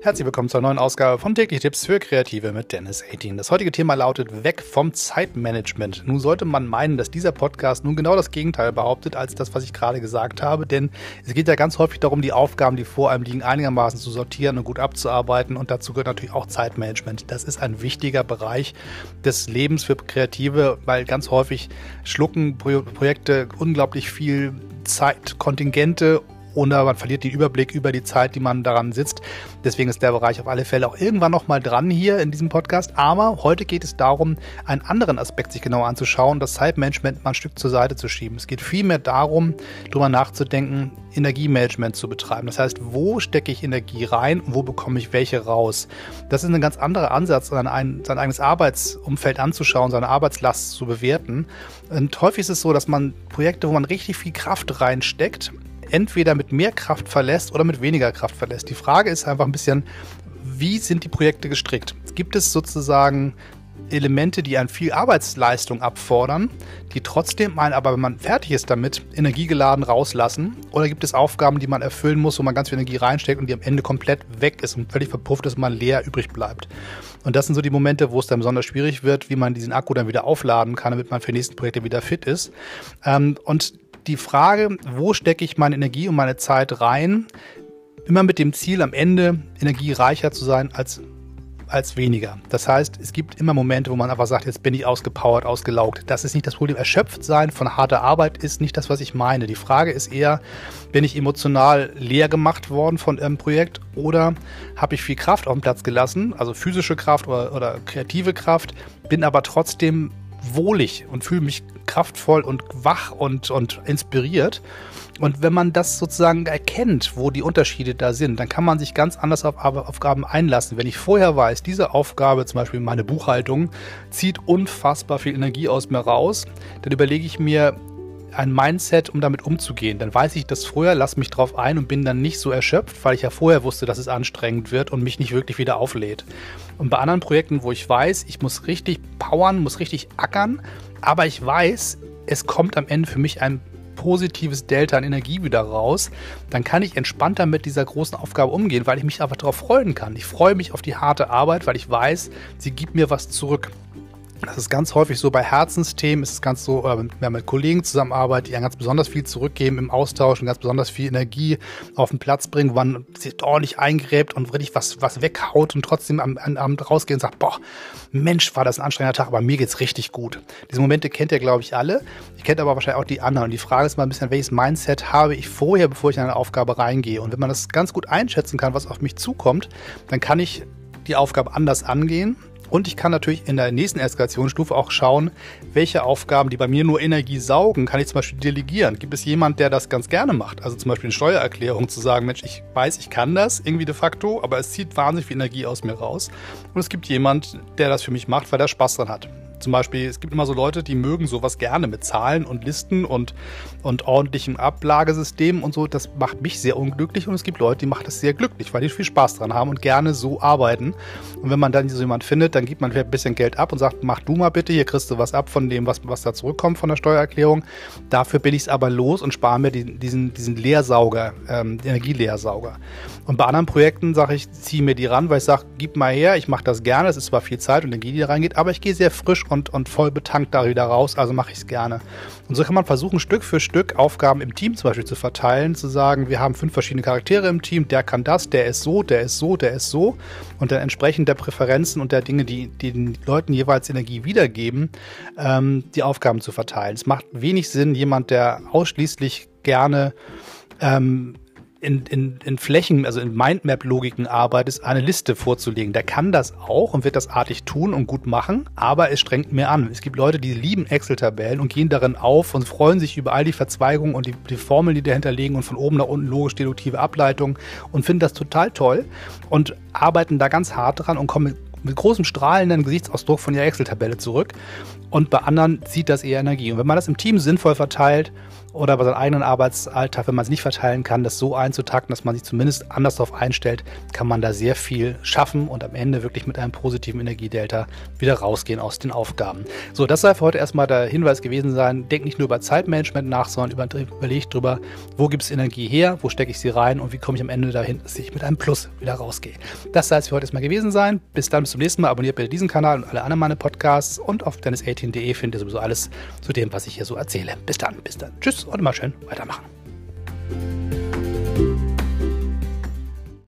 Herzlich willkommen zur neuen Ausgabe von Täglich Tipps für Kreative mit Dennis 18. Das heutige Thema lautet: Weg vom Zeitmanagement. Nun sollte man meinen, dass dieser Podcast nun genau das Gegenteil behauptet, als das, was ich gerade gesagt habe, denn es geht ja ganz häufig darum, die Aufgaben, die vor einem liegen, einigermaßen zu sortieren und gut abzuarbeiten, und dazu gehört natürlich auch Zeitmanagement. Das ist ein wichtiger Bereich des Lebens für Kreative, weil ganz häufig schlucken Projekte unglaublich viel Zeit, Kontingente, oder man verliert den Überblick über die Zeit, die man daran sitzt. Deswegen ist der Bereich auf alle Fälle auch irgendwann nochmal dran hier in diesem Podcast. Aber heute geht es darum, einen anderen Aspekt sich genauer anzuschauen, das Zeitmanagement mal ein Stück zur Seite zu schieben. Es geht vielmehr darum, darüber nachzudenken, Energiemanagement zu betreiben. Das heißt, wo stecke ich Energie rein und wo bekomme ich welche raus? Das ist ein ganz anderer Ansatz, sein eigenes Arbeitsumfeld anzuschauen, seine Arbeitslast zu bewerten. Und häufig ist es so, dass man Projekte, wo man richtig viel Kraft reinsteckt, entweder mit mehr Kraft verlässt oder mit weniger Kraft verlässt. Die Frage ist einfach ein bisschen, wie sind die Projekte gestrickt? Gibt es sozusagen Elemente, die an viel Arbeitsleistung abfordern, die trotzdem aber, wenn man fertig ist damit, energiegeladen rauslassen? Oder gibt es Aufgaben, die man erfüllen muss, wo man ganz viel Energie reinsteckt und die am Ende komplett weg ist und völlig verpufft ist und man leer übrig bleibt? Und das sind so die Momente, wo es dann besonders schwierig wird, wie man diesen Akku dann wieder aufladen kann, damit man für die nächsten Projekte wieder fit ist. Und die Frage, wo stecke ich meine Energie und meine Zeit rein, immer mit dem Ziel, am Ende energiereicher zu sein als weniger. Das heißt, es gibt immer Momente, wo man einfach sagt, jetzt bin ich ausgepowert, ausgelaugt. Das ist nicht das Problem. Erschöpft sein von harter Arbeit ist nicht das, was ich meine. Die Frage ist eher, bin ich emotional leer gemacht worden von einem Projekt oder habe ich viel Kraft auf den Platz gelassen, also physische Kraft oder kreative Kraft, bin aber trotzdem wohlig und fühle mich kraftvoll und wach und inspiriert. Und wenn man das sozusagen erkennt, wo die Unterschiede da sind, dann kann man sich ganz anders auf Aufgaben einlassen. Wenn ich vorher weiß, diese Aufgabe, zum Beispiel meine Buchhaltung, zieht unfassbar viel Energie aus mir raus, dann überlege ich mir ein Mindset, um damit umzugehen. Dann weiß ich das vorher, lasse mich drauf ein und bin dann nicht so erschöpft, weil ich ja vorher wusste, dass es anstrengend wird und mich nicht wirklich wieder auflädt. Und bei anderen Projekten, wo ich weiß, ich muss richtig powern, muss richtig ackern, aber ich weiß, es kommt am Ende für mich ein positives Delta an Energie wieder raus, dann kann ich entspannter mit dieser großen Aufgabe umgehen, weil ich mich einfach darauf freuen kann. Ich freue mich auf die harte Arbeit, weil ich weiß, sie gibt mir was zurück. Das ist ganz häufig so bei Herzensthemen, ist es ganz so, wenn man mit Kollegen zusammenarbeitet, die ganz besonders viel zurückgeben im Austausch und ganz besonders viel Energie auf den Platz bringen, wo man sich ordentlich eingräbt und richtig was weghaut und trotzdem am Abend rausgeht und sagt, boah, Mensch, war das ein anstrengender Tag, aber mir geht's richtig gut. Diese Momente kennt ihr, glaube ich, alle. Ich kenne aber wahrscheinlich auch die anderen. Und die Frage ist mal ein bisschen, welches Mindset habe ich vorher, bevor ich in eine Aufgabe reingehe? Und wenn man das ganz gut einschätzen kann, was auf mich zukommt, dann kann ich die Aufgabe anders angehen. Und ich kann natürlich in der nächsten Eskalationsstufe auch schauen, welche Aufgaben, die bei mir nur Energie saugen, kann ich zum Beispiel delegieren. Gibt es jemanden, der das ganz gerne macht? Also zum Beispiel eine Steuererklärung zu sagen, Mensch, ich weiß, ich kann das irgendwie de facto, aber es zieht wahnsinnig viel Energie aus mir raus. Und es gibt jemanden, der das für mich macht, weil er Spaß dran hat. Zum Beispiel, es gibt immer so Leute, die mögen sowas gerne mit Zahlen und Listen und ordentlichem Ablagesystem und so. Das macht mich sehr unglücklich und es gibt Leute, die machen das sehr glücklich, weil die viel Spaß dran haben und gerne so arbeiten. Und wenn man dann so jemanden findet, dann gibt man vielleicht ein bisschen Geld ab und sagt, mach du mal bitte, hier kriegst du was ab von dem, was da zurückkommt von der Steuererklärung. Dafür bin ich es aber los und spare mir diesen Leersauger, Energieleersauger. Und bei anderen Projekten sage ich, ziehe mir die ran, weil ich sage, gib mal her, ich mache das gerne, es ist zwar viel Zeit und Energie, die da reingeht, aber ich gehe sehr frisch und voll betankt da wieder raus, also mache ich es gerne. Und so kann man versuchen, Stück für Stück Aufgaben im Team zum Beispiel zu verteilen, zu sagen, wir haben 5 verschiedene Charaktere im Team, der kann das, der ist so, der ist so, der ist so, und dann entsprechend der Präferenzen und der Dinge, die den Leuten jeweils Energie wiedergeben, die Aufgaben zu verteilen. Es macht wenig Sinn, jemand, der ausschließlich gerne in Flächen, also in Mindmap-Logiken arbeitet, eine Liste vorzulegen. Der kann das auch und wird das artig tun und gut machen, aber es strengt mehr an. Es gibt Leute, die lieben Excel-Tabellen und gehen darin auf und freuen sich über all die Verzweigungen und die Formeln, die dahinter liegen und von oben nach unten logisch-deduktive Ableitungen und finden das total toll und arbeiten da ganz hart dran und kommen mit großem strahlenden Gesichtsausdruck von ihrer Excel-Tabelle zurück. Und bei anderen zieht das eher Energie. Und wenn man das im Team sinnvoll verteilt, oder bei seinem eigenen Arbeitsalltag, wenn man es nicht verteilen kann, das so einzutakten, dass man sich zumindest anders darauf einstellt, kann man da sehr viel schaffen und am Ende wirklich mit einem positiven Energiedelta wieder rausgehen aus den Aufgaben. So, das soll für heute erstmal der Hinweis gewesen sein. Denk nicht nur über Zeitmanagement nach, sondern überleg drüber, wo gibt es Energie her, wo stecke ich sie rein und wie komme ich am Ende dahin, dass ich mit einem Plus wieder rausgehe. Das soll es für heute erstmal gewesen sein. Bis dann, bis zum nächsten Mal. Abonniert bitte diesen Kanal und alle anderen meine Podcasts und auf dennis18.de findet ihr sowieso alles zu dem, was ich hier so erzähle. Bis dann. Tschüss und immer schön weitermachen.